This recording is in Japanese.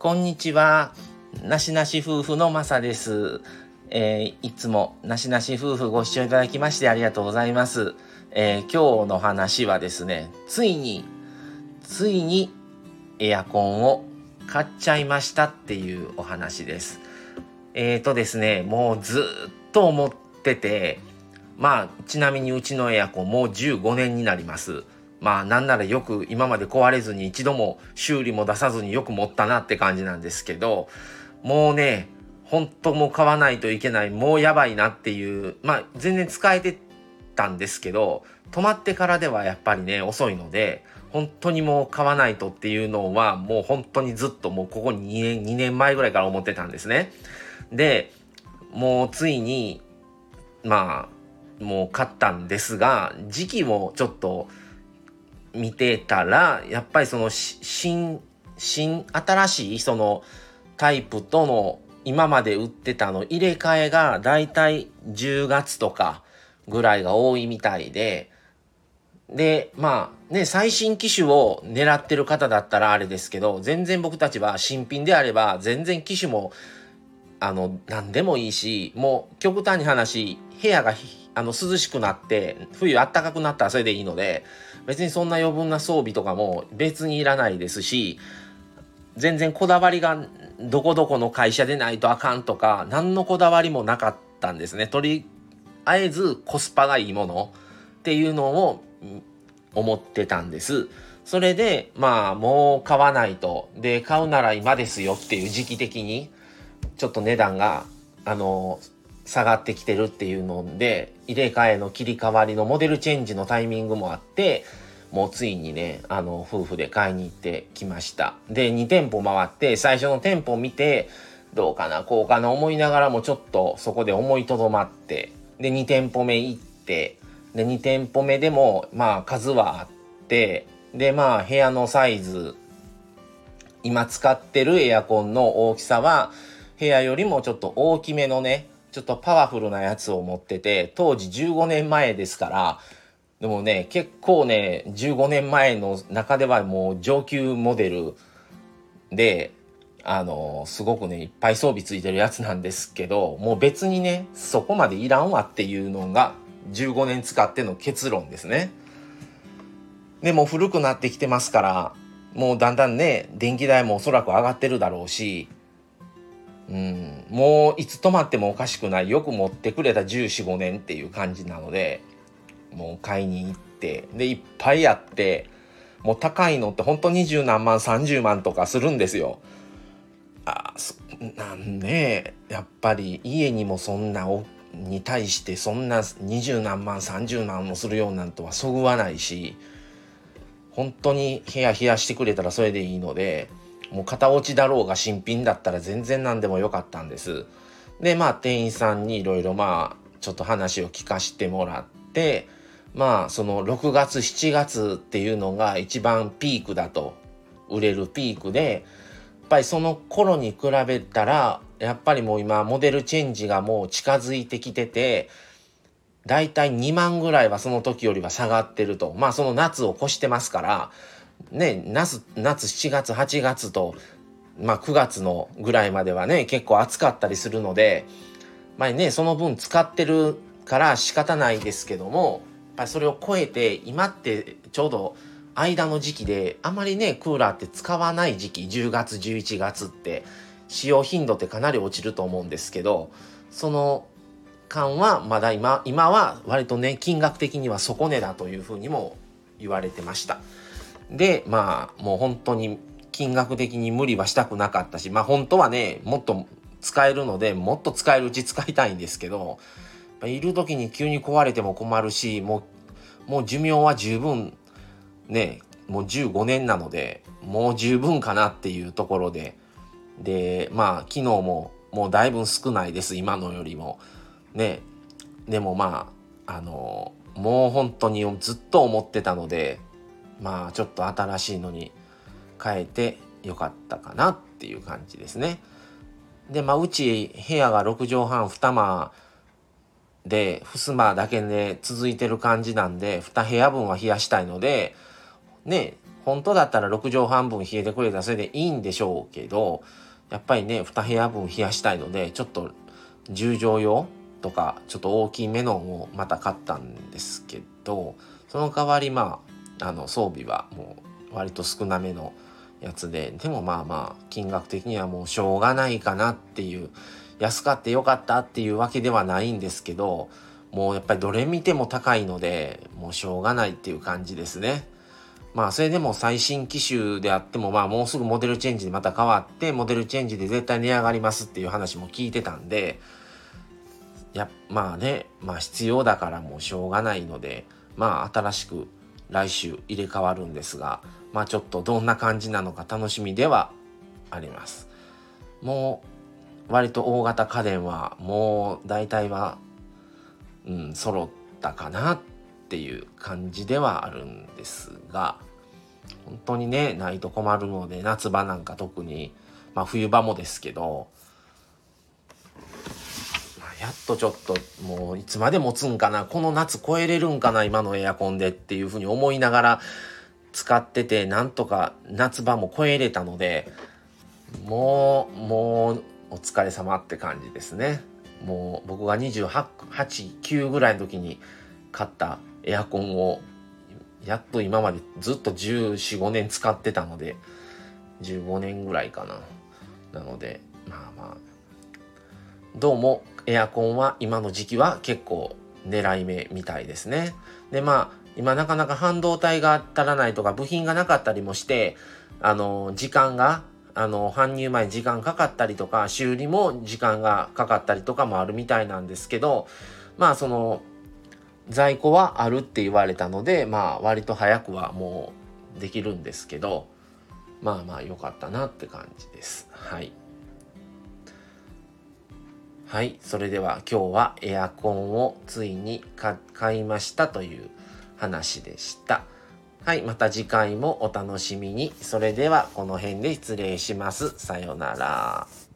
こんにちは。なしなし夫婦のまさです。いつもなしなし夫婦ご視聴いただきましてありがとうございます。今日の話はですね、ついにエアコンを買っちゃいましたっていうお話です。ですね、もうずっと思ってて、ちなみにうちのエアコンもう15年になります。なんならよく今まで壊れずに一度も修理も出さずによく持ったなって感じなんですけど、もうね、本当もう買わないといけない、もうやばいなっていう、全然使えてたんですけど、止まってからではやっぱりね、遅いので、本当にもう買わないとっていうのは、もう本当にずっともうここ2年前ぐらいから思ってたんですね。で、もうついに、もう買ったんですが、時期をちょっと見てたら、やっぱりその新しいそのタイプとの今まで売ってたの入れ替えがだいたい10月とかぐらいが多いみたいで、最新機種を狙ってる方だったらあれですけど、全然僕たちは新品であれば全然機種も何でもいいし、もう極端に話、部屋が涼しくなって冬暖かくなったらそれでいいので、別にそんな余分な装備とかも別にいらないですし、全然こだわりがどこどこの会社でないとあかんとか何のこだわりもなかったんですね。とりあえずコスパがいいものっていうのを思ってたんです。それでもう買わないと、で買うなら今ですよっていう時期的にちょっと値段が下がってきてるっていうので、入れ替えの切り替わりのモデルチェンジのタイミングもあって、もうついにね夫婦で買いに行ってきました。で2店舗回って、最初の店舗を見てどうかなこうかな思いながらもちょっとそこで思いとどまって、で2店舗目行って、で2店舗目でも数はあって、で部屋のサイズ、今使ってるエアコンの大きさは部屋よりもちょっと大きめのね、ちょっとパワフルなやつを持ってて、当時15年前ですから、でもね結構ね15年前の中ではもう上級モデルで、すごくねいっぱい装備ついてるやつなんですけど、もう別にねそこまでいらんわっていうのが15年使っての結論ですね。でも古くなってきてますから、もうだんだんね電気代もおそらく上がってるだろうし、もういつ止まってもおかしくない、よく持ってくれた14、15年っていう感じなので、もう買いに行って、でいっぱいあって、もう高いのってほんと20何万30万とかするんですよ。なんでやっぱり家にもそんなに対してそんな20何万30万もするようなんとはそぐわないし、本当に部屋冷やしてくれたらそれでいいので、もう型落ちだろうが新品だったら全然何でもよかったんです。で店員さんにいろいろちょっと話を聞かしてもらって、その6月7月っていうのが一番ピークだと、売れるピークで、やっぱりその頃に比べたらやっぱりもう今モデルチェンジがもう近づいてきてて、だいたい2万ぐらいはその時よりは下がってると。その夏を越してますからね、夏7月8月と9月のぐらいまではね結構暑かったりするので、その分使ってるから仕方ないですけども、やっぱりそれを超えて今ってちょうど間の時期で、あまりねクーラーって使わない時期、10月11月って使用頻度ってかなり落ちると思うんですけど、その間はまだ今は割とね金額的には底値だというふうにも言われてました。でもう本当に金額的に無理はしたくなかったし、本当はねもっと使えるのでもっと使えるうち使いたいんですけど、いる時に急に壊れても困るし、もう寿命は十分ね、もう15年なのでもう十分かなっていうところで、機能ももうだいぶ少ないです、今のよりもね。でももう本当にずっと思ってたので、ちょっと新しいのに変えてよかったかなっていう感じですね。でうち部屋が6畳半2間で襖だけで続いてる感じなんで、2部屋分は冷やしたいのでね、 本当だったら6畳半分冷えてくれたらそれでいいんでしょうけど、やっぱりね2部屋分冷やしたいので、ちょっと10畳用とかちょっと大きめのをまた買ったんですけど、その代わり装備はもう割と少なめのやつで、でも金額的にはもうしょうがないかなっていう、安かってよかったっていうわけではないんですけど、もうやっぱりどれ見ても高いのでもうしょうがないっていう感じですね。それでも最新機種であってももうすぐモデルチェンジでまた変わって、モデルチェンジで絶対値上がりますっていう話も聞いてたんで、必要だからもうしょうがないので、新しく来週入れ替わるんですが、ちょっとどんな感じなのか楽しみではあります。もう割と大型家電はもう大体は揃ったかなっていう感じではあるんですが、本当にねないと困るので、夏場なんか特に、冬場もですけど、やっとちょっともういつまで持つんかな、この夏超えれるんかな今のエアコンでっていうふうに思いながら使ってて、なんとか夏場も超えれたので、もうお疲れ様って感じですね。もう僕が28、9ぐらいの時に買ったエアコンをやっと今までずっと14、15年使ってたので、15年ぐらいかな。なのでどうもエアコンは今の時期は結構狙い目みたいですね。で今なかなか半導体が足らないとか部品がなかったりもして、時間が搬入前に時間かかったりとか、修理も時間がかかったりとかもあるみたいなんですけど、その在庫はあるって言われたので、割と早くはもうできるんですけど、良かったなって感じです。はい、それでは今日はエアコンをついに買いましたという話でした。はい、また次回もお楽しみに。それではこの辺で失礼します。さようなら。